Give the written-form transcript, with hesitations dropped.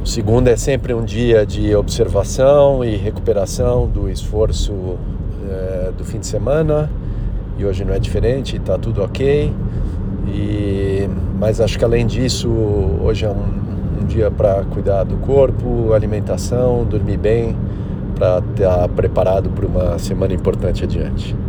Segunda é sempre um dia de observação e recuperação do esforço do fim de semana, e hoje não é diferente, está tudo ok. Mas acho que além disso, hoje é um dia para cuidar do corpo, alimentação, dormir bem, para estar preparado para uma semana importante adiante.